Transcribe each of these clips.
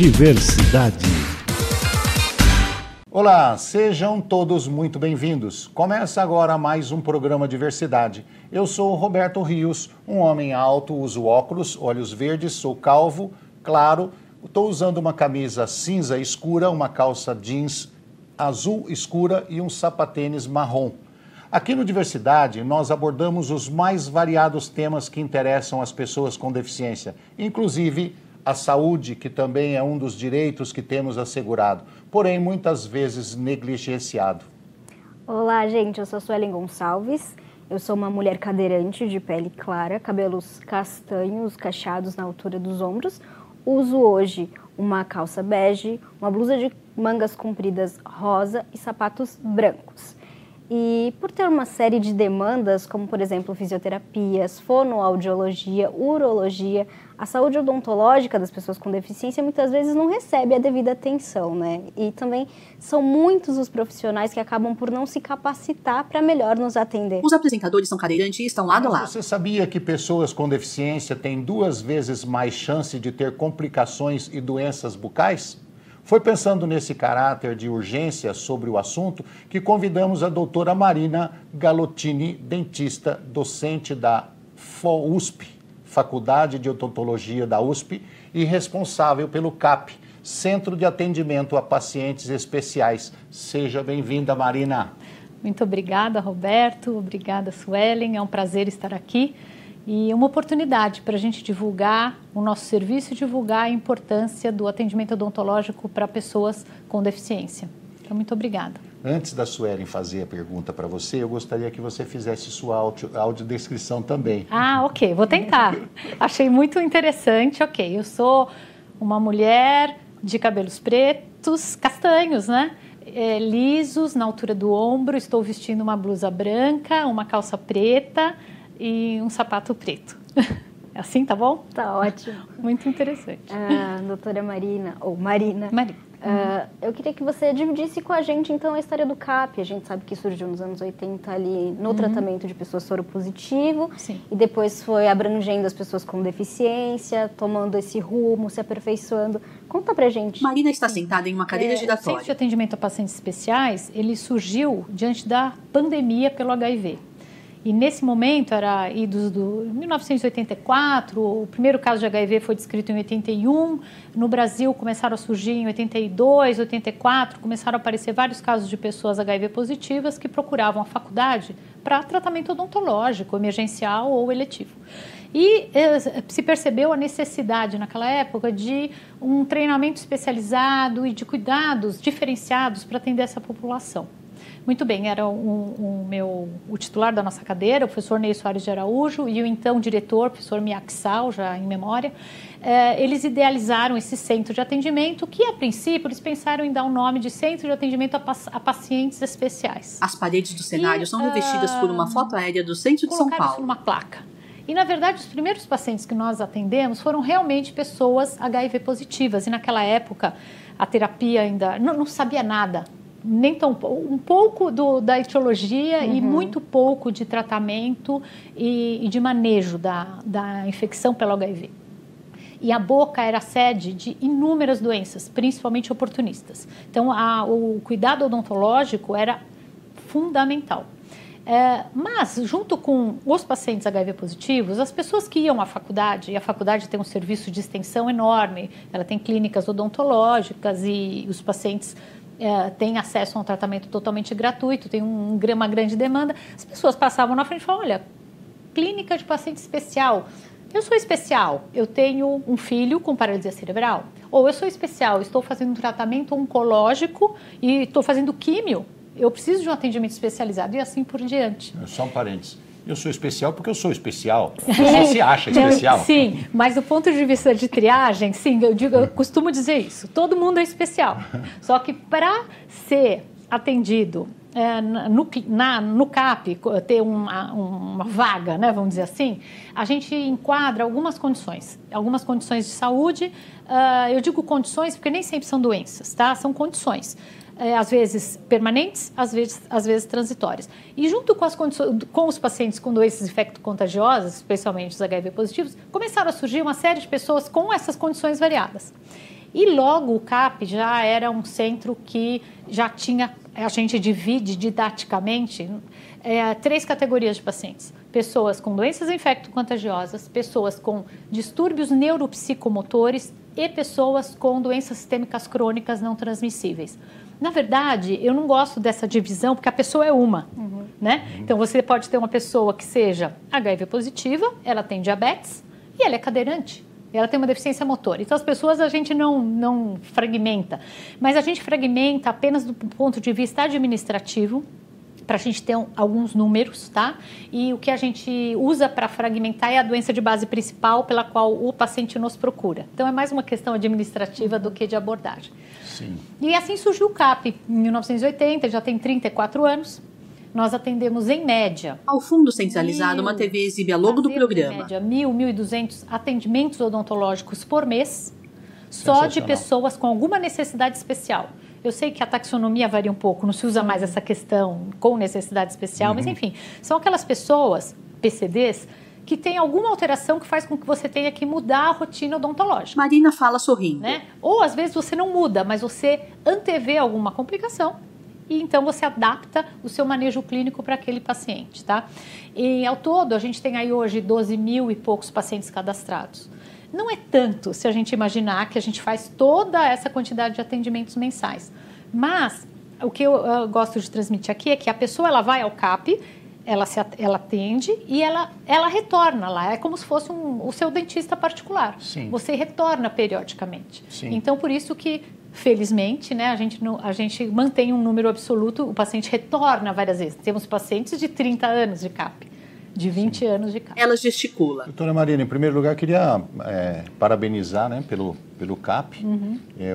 Diversidade. Olá, sejam todos muito bem-vindos. Começa agora mais um programa Diversidade. Eu sou Roberto Rios, um homem alto, uso óculos, olhos verdes, sou calvo, claro, estou usando uma camisa cinza escura, uma calça jeans azul escura e um sapatênis marrom. Aqui no Diversidade, nós abordamos os mais variados temas que interessam as pessoas com deficiência, inclusive a saúde, que também é um dos direitos que temos assegurado, porém muitas vezes negligenciado. Olá, gente, eu sou a Suelen Gonçalves, eu sou uma mulher cadeirante de pele clara, cabelos castanhos, cacheados na altura dos ombros, uso hoje uma calça bege, uma blusa de mangas compridas rosa e sapatos brancos. E por ter uma série de demandas, como por exemplo fisioterapias, fonoaudiologia, urologia, a saúde odontológica das pessoas com deficiência muitas vezes não recebe a devida atenção, né? E também são muitos os profissionais que acabam por não se capacitar para melhor nos atender. Os apresentadores são cadeirantes e estão lado a lado. Você sabia que pessoas com deficiência têm 2 vezes mais chance de ter complicações e doenças bucais? Foi pensando nesse caráter de urgência sobre o assunto que convidamos a doutora Marina Galottini, dentista, docente da FOUSP, Faculdade de Odontologia da USP, e responsável pelo CAP, Centro de Atendimento a Pacientes Especiais. Seja bem-vinda, Marina. Muito obrigada, Roberto. Obrigada, Suelen. É um prazer estar aqui. E uma oportunidade para a gente divulgar o nosso serviço e divulgar a importância do atendimento odontológico para pessoas com deficiência. Então, muito obrigada. Antes da Suelen fazer a pergunta para você, eu gostaria que você fizesse sua audiodescrição também. Ah, ok. Vou tentar. Achei muito interessante. Ok, eu sou uma mulher de cabelos pretos, castanhos, né? Lisos, na altura do ombro. Estou vestindo uma blusa branca, uma calça preta e um sapato preto. Assim, tá bom? Tá ótimo. Muito interessante. Doutora Marina, ou Marina. Marina. Eu queria que você dividisse com a gente, então, a história do CAP. A gente sabe que surgiu nos anos 80 ali no tratamento de pessoas soropositivo. Sim. E depois foi abrangendo as pessoas com deficiência, tomando esse rumo, se aperfeiçoando. Conta pra gente. Marina está sentada em uma cadeira O giratória. Centro de Atendimento a Pacientes Especiais, ele surgiu diante da pandemia pelo HIV. E nesse momento, era idos do 1984, o primeiro caso de HIV foi descrito em 81, no Brasil começaram a surgir em 82, 84, começaram a aparecer vários casos de pessoas HIV positivas que procuravam a faculdade para tratamento odontológico, emergencial ou eletivo. E se percebeu a necessidade naquela época de um treinamento especializado e de cuidados diferenciados para atender essa população. Muito bem, era o titular da nossa cadeira, o professor Ney Soares de Araújo, e o então diretor, o professor Miaxal, já em memória. Eles idealizaram esse centro de atendimento, que a princípio eles pensaram em dar o nome de Centro de Atendimento a Pacientes Especiais. As paredes do cenário são revestidas por uma foto aérea do centro de São Paulo. Uma placa. E, na verdade, os primeiros pacientes que nós atendemos foram realmente pessoas HIV positivas. E, naquela época, a terapia ainda não sabia nada. Nem tão um pouco da etiologia e muito pouco de tratamento e de manejo da infecção pelo HIV. E a boca era a sede de inúmeras doenças, principalmente oportunistas. Então, o cuidado odontológico era fundamental. Mas, junto com os pacientes HIV positivos, as pessoas que iam à faculdade, e a faculdade tem um serviço de extensão enorme, ela tem clínicas odontológicas e os pacientes têm acesso a um tratamento totalmente gratuito, tem uma grande demanda. As pessoas passavam na frente e falavam, olha, clínica de paciente especial. Eu sou especial, eu tenho um filho com paralisia cerebral. Ou eu sou especial, estou fazendo um tratamento oncológico e estou fazendo químio. Eu preciso de um atendimento especializado e assim por diante. Só um parênteses. Eu sou especial porque eu sou especial. Você se acha especial. Sim, mas do ponto de vista de triagem, sim, eu costumo dizer isso. Todo mundo é especial. Só que para ser atendido no CAP, ter uma vaga, né, vamos dizer assim, a gente enquadra algumas condições de saúde. Eu digo condições porque nem sempre são doenças, tá? São condições. Às vezes permanentes, às vezes transitórias. E junto com os pacientes com doenças infecto-contagiosas, especialmente os HIV positivos, começaram a surgir uma série de pessoas com essas condições variadas. E logo o CAP já era um centro que já tinha, a gente divide didaticamente, 3 categorias de pacientes. Pessoas com doenças infecto-contagiosas, pessoas com distúrbios neuropsicomotores e pessoas com doenças sistêmicas crônicas não transmissíveis. Na verdade, eu não gosto dessa divisão porque a pessoa é uma, né? Então, você pode ter uma pessoa que seja HIV positiva, ela tem diabetes e ela é cadeirante. Ela tem uma deficiência motora. Então, as pessoas a gente não fragmenta, mas a gente fragmenta apenas do ponto de vista administrativo, para a gente ter alguns números, tá? E o que a gente usa para fragmentar é a doença de base principal pela qual o paciente nos procura. Então, é mais uma questão administrativa do que de abordagem. Sim. E assim surgiu o CAP, em 1980, já tem 34 anos. Nós atendemos em média. Ao fundo centralizado, uma TV exibe a logo do programa. Em média, 1.200 atendimentos odontológicos por mês, só de pessoas com alguma necessidade especial. Eu sei que a taxonomia varia um pouco, não se usa mais essa questão com necessidade especial, mas enfim, são aquelas pessoas, PCDs, que têm alguma alteração que faz com que você tenha que mudar a rotina odontológica. Marina fala sorrindo. Né? Ou às vezes você não muda, mas você antevê alguma complicação e então você adapta o seu manejo clínico para aquele paciente, tá? E ao todo a gente tem aí hoje 12 mil e poucos pacientes cadastrados. Não é tanto se a gente imaginar que a gente faz toda essa quantidade de atendimentos mensais. Mas o que eu gosto de transmitir aqui é que a pessoa ela vai ao CAP, ela atende e ela retorna lá. É como se fosse o seu dentista particular. Sim. Você retorna periodicamente. Sim. Então, por isso que, felizmente, né, a gente mantém um número absoluto, o paciente retorna várias vezes. Temos pacientes de 30 anos de CAP. De 20 anos de CAP. Ela gesticula. Doutora Marina, em primeiro lugar, queria parabenizar, né, pelo CAP. É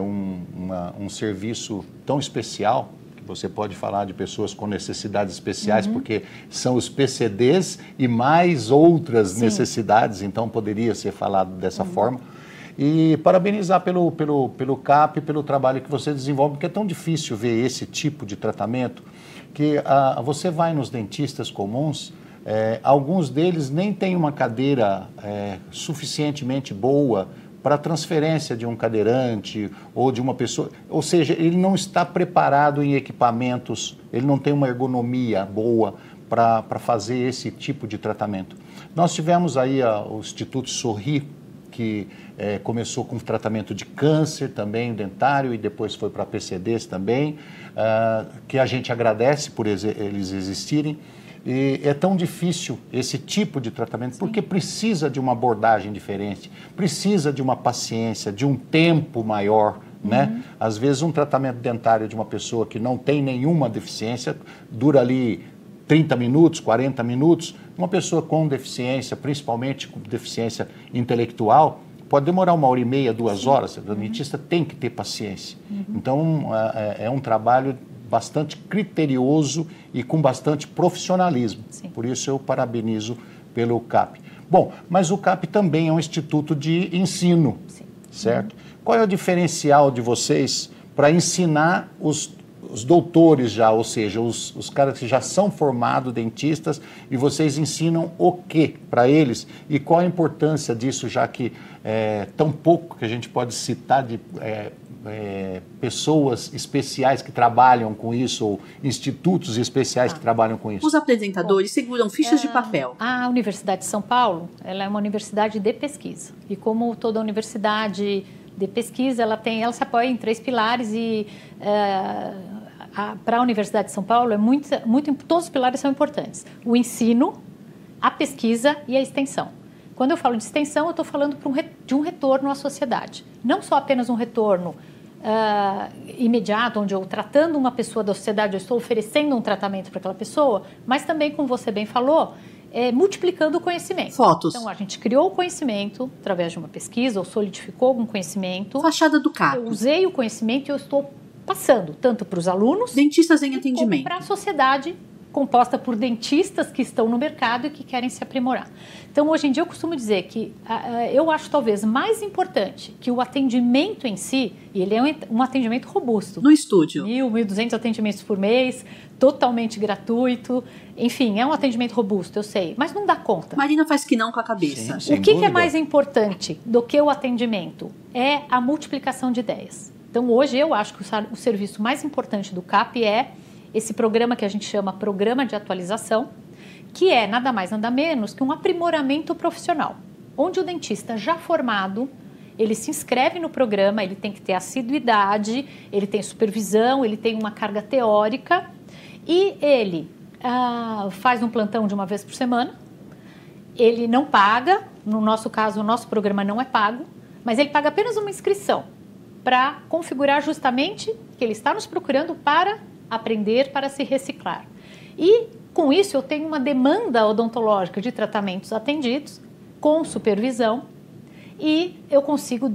um serviço tão especial que você pode falar de pessoas com necessidades especiais, porque são os PCDs e mais outras necessidades, então poderia ser falado dessa forma. E parabenizar pelo CAP, pelo trabalho que você desenvolve, porque é tão difícil ver esse tipo de tratamento, que você vai nos dentistas comuns, alguns deles nem têm uma cadeira suficientemente boa para transferência de um cadeirante ou de uma pessoa, ou seja, ele não está preparado em equipamentos, ele não tem uma ergonomia boa para fazer esse tipo de tratamento. Nós tivemos aí o Instituto Sorri, que começou com tratamento de câncer também, dentário, e depois foi para PCDs também, que a gente agradece por eles existirem. E é tão difícil esse tipo de tratamento, porque precisa de uma abordagem diferente, precisa de uma paciência, de um tempo maior, né? Às vezes um tratamento dentário de uma pessoa que não tem nenhuma deficiência dura ali 30 minutos, 40 minutos. Uma pessoa com deficiência, principalmente com deficiência intelectual, pode demorar 1h30, 2 horas. O dentista tem que ter paciência. Então, é um trabalho bastante criterioso e com bastante profissionalismo. Sim. Por isso eu parabenizo pelo CAP. Bom, mas o CAP também é um instituto de ensino, certo? Qual é o diferencial de vocês para ensinar os doutores já, ou seja, os caras que já são formados dentistas, e vocês ensinam o que para eles? E qual a importância disso, já que tão pouco que a gente pode citar de pessoas especiais que trabalham com isso, ou institutos especiais que trabalham com isso? Os apresentadores seguram fichas de papel. A Universidade de São Paulo, ela é uma universidade de pesquisa. E como toda universidade de pesquisa, ela se apoia em 3 pilares e para a Universidade de São Paulo todos os pilares são importantes. O ensino, a pesquisa e a extensão. Quando eu falo de extensão, eu estou falando de um retorno à sociedade. Não só apenas um retorno imediato, onde eu, tratando uma pessoa da sociedade, eu estou oferecendo um tratamento para aquela pessoa, mas também, como você bem falou, multiplicando o conhecimento. Fotos. Então, a gente criou o conhecimento através de uma pesquisa, ou solidificou algum conhecimento. Fachada do CAP. Eu usei o conhecimento e eu estou passando, tanto para os alunos, dentistas em atendimento, para a sociedade composta por dentistas que estão no mercado e que querem se aprimorar. Então, hoje em dia, eu costumo dizer que eu acho talvez mais importante que o atendimento em si, e ele é um atendimento robusto. No estúdio. 1.200 atendimentos por mês, totalmente gratuito. Enfim, é um atendimento robusto, eu sei, mas não dá conta. Marina faz que não com a cabeça. Sim, O que é mais importante do que o atendimento? É a multiplicação de ideias. Então, hoje, eu acho que o serviço mais importante do CAP é esse programa que a gente chama Programa de Atualização, que é nada mais, nada menos que um aprimoramento profissional, onde o dentista já formado, ele se inscreve no programa, ele tem que ter assiduidade, ele tem supervisão, ele tem uma carga teórica e ele faz um plantão de uma vez por semana, ele não paga, no nosso caso, o nosso programa não é pago, mas ele paga apenas uma inscrição para configurar justamente que ele está nos procurando para aprender, para se reciclar. E, com isso, eu tenho uma demanda odontológica de tratamentos atendidos, com supervisão, e eu consigo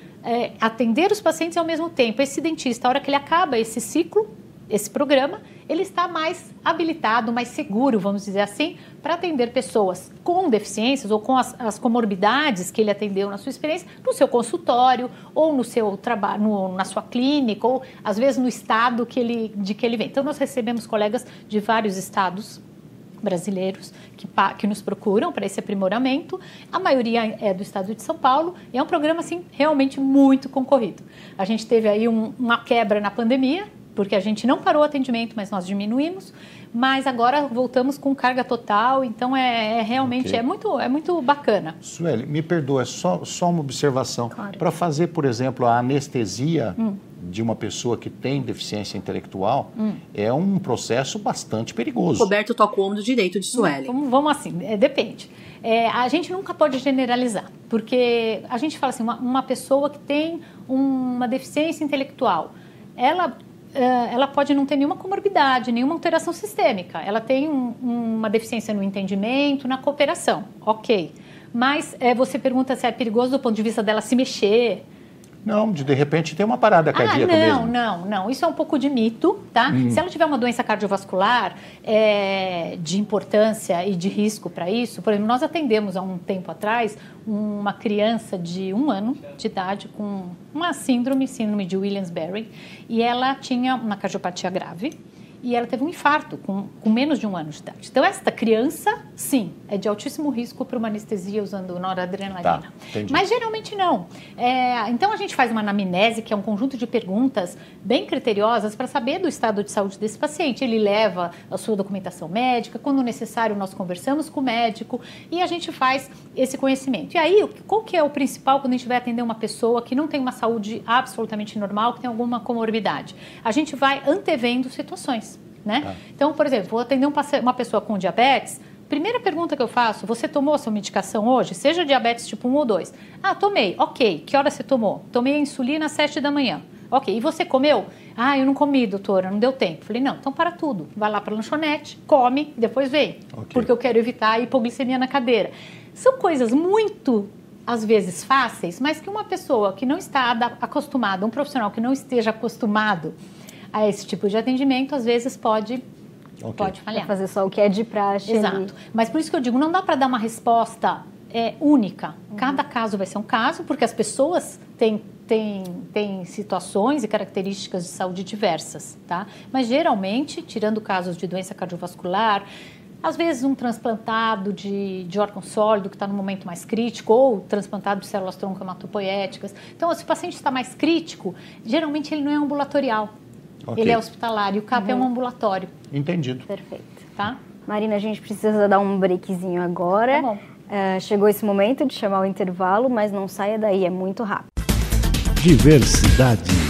atender os pacientes ao mesmo tempo. Esse dentista, a hora que ele acaba esse ciclo, esse programa, ele está mais habilitado, mais seguro, vamos dizer assim, para atender pessoas com deficiências ou com as comorbidades que ele atendeu na sua experiência, no seu consultório ou no seu trabalho, na sua clínica ou às vezes no estado de que ele vem. Então nós recebemos colegas de vários estados brasileiros que nos procuram para esse aprimoramento. A maioria é do estado de São Paulo e é um programa assim realmente muito concorrido. A gente teve aí uma quebra na pandemia, porque a gente não parou o atendimento, mas nós diminuímos, mas agora voltamos com carga total, então realmente Okay. é muito bacana. Sueli, me perdoa, só uma observação. Claro. Para fazer, por exemplo, a anestesia de uma pessoa que tem deficiência intelectual, é um processo bastante perigoso. Roberto toca o ombro direito de Sueli. Vamos assim, depende. A gente nunca pode generalizar, porque a gente fala assim, uma pessoa que tem uma deficiência intelectual, ela pode não ter nenhuma comorbidade, nenhuma alteração sistêmica. Ela tem uma deficiência no entendimento, na cooperação, ok. Mas você pergunta se é perigoso do ponto de vista dela se mexer. Não, de repente tem uma parada cardíaca mesmo. Não. Isso é um pouco de mito, tá? Se ela tiver uma doença cardiovascular de importância e de risco para isso, por exemplo, nós atendemos há um tempo atrás uma criança de 1 ano de idade com uma síndrome de Williams-Barre, e ela tinha uma cardiopatia grave. E ela teve um infarto com menos de 1 ano de idade. Então, esta criança, sim, é de altíssimo risco para uma anestesia usando noradrenalina. Tá, entendi. Mas geralmente não. Então, a gente faz uma anamnese, que é um conjunto de perguntas bem criteriosas para saber do estado de saúde desse paciente. Ele leva a sua documentação médica, quando necessário, nós conversamos com o médico e a gente faz esse conhecimento. E aí, qual que é o principal quando a gente vai atender uma pessoa que não tem uma saúde absolutamente normal, que tem alguma comorbidade? A gente vai antevendo situações. Né? Ah. Então, por exemplo, vou atender uma pessoa com diabetes, primeira pergunta que eu faço, você tomou a sua medicação hoje? Seja diabetes tipo 1 ou 2. Ah, tomei. Ok. Que hora você tomou? Tomei a insulina às 7 da manhã. Ok. E você comeu? Ah, eu não comi, doutora, não deu tempo. Falei, não, então para tudo. Vai lá para a lanchonete, come, depois vem. Okay. Porque eu quero evitar a hipoglicemia na cadeira. São coisas muito, às vezes, fáceis, mas que uma pessoa que não está acostumada, um profissional que não esteja acostumado a esse tipo de atendimento, às vezes pode falhar. Fazer só o que é de praxe. Exato. Ali. Mas por isso que eu digo, não dá para dar uma resposta única. Cada caso vai ser um caso, porque as pessoas têm situações e características de saúde diversas, tá? Mas geralmente, tirando casos de doença cardiovascular, às vezes um transplantado de órgão sólido que está no momento mais crítico, ou transplantado de células tronco hematopoéticas. Então, se o paciente está mais crítico, geralmente ele não é ambulatorial. Okay. Ele é hospitalar e o CAP é um ambulatório. Entendido. Perfeito. Tá? Marina, a gente precisa dar um breakzinho agora. Tá bom. Chegou esse momento de chamar o intervalo, mas não saia daí, é muito rápido. Diversidade.